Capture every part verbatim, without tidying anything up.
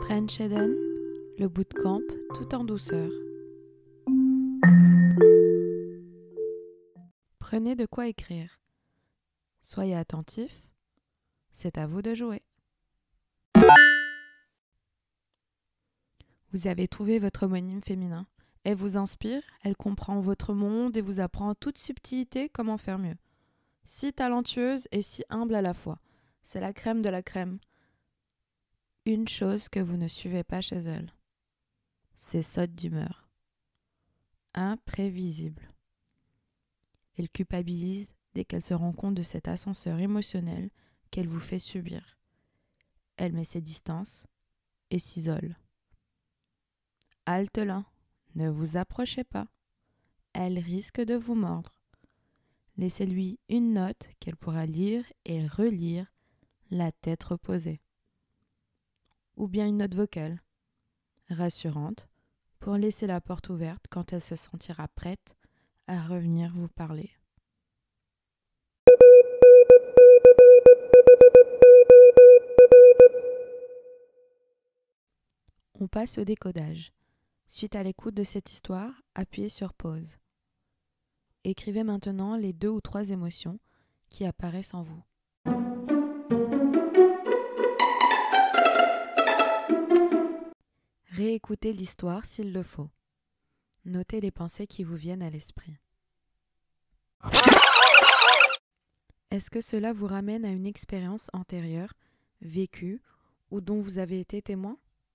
French Eden, le bootcamp tout en douceur. Prenez de quoi écrire. Soyez attentifs, c'est à vous de jouer. Vous avez trouvé votre homonyme féminin. Elle vous inspire, elle comprend votre monde et vous apprend en toute subtilité comment faire mieux. Si talentueuse et si humble à la fois. C'est la crème de la crème. Une chose que vous ne suivez pas chez elle. Ses sautes d'humeur. Imprévisible. Elle culpabilise dès qu'elle se rend compte de cet ascenseur émotionnel qu'elle vous fait subir. Elle met ses distances et s'isole. Halte là, ne vous approchez pas. Elle risque de vous mordre. Laissez-lui une note qu'elle pourra lire et relire, la tête reposée. Ou bien une note vocale, rassurante, pour laisser la porte ouverte quand elle se sentira prête à revenir vous parler. On passe au décodage. Suite à l'écoute de cette histoire, appuyez sur pause. Écrivez maintenant les deux ou trois émotions qui apparaissent en vous. Réécoutez l'histoire s'il le faut. Notez les pensées qui vous viennent à l'esprit. Est-ce que cela vous ramène à une expérience antérieure, vécue ou dont vous avez été témoin ?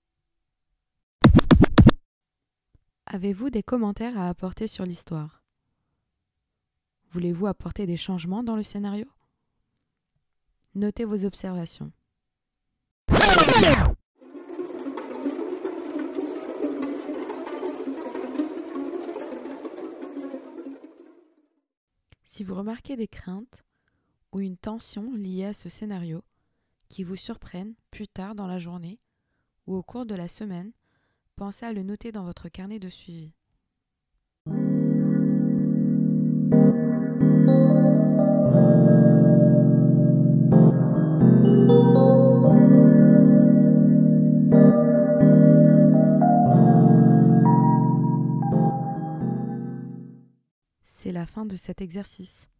Avez-vous des commentaires à apporter sur l'histoire ? Voulez-vous apporter des changements dans le scénario ? Notez vos observations. Si vous remarquez des craintes ou une tension liée à ce scénario qui vous surprennent plus tard dans la journée ou au cours de la semaine, pensez à le noter dans votre carnet de suivi. C'est la fin de cet exercice.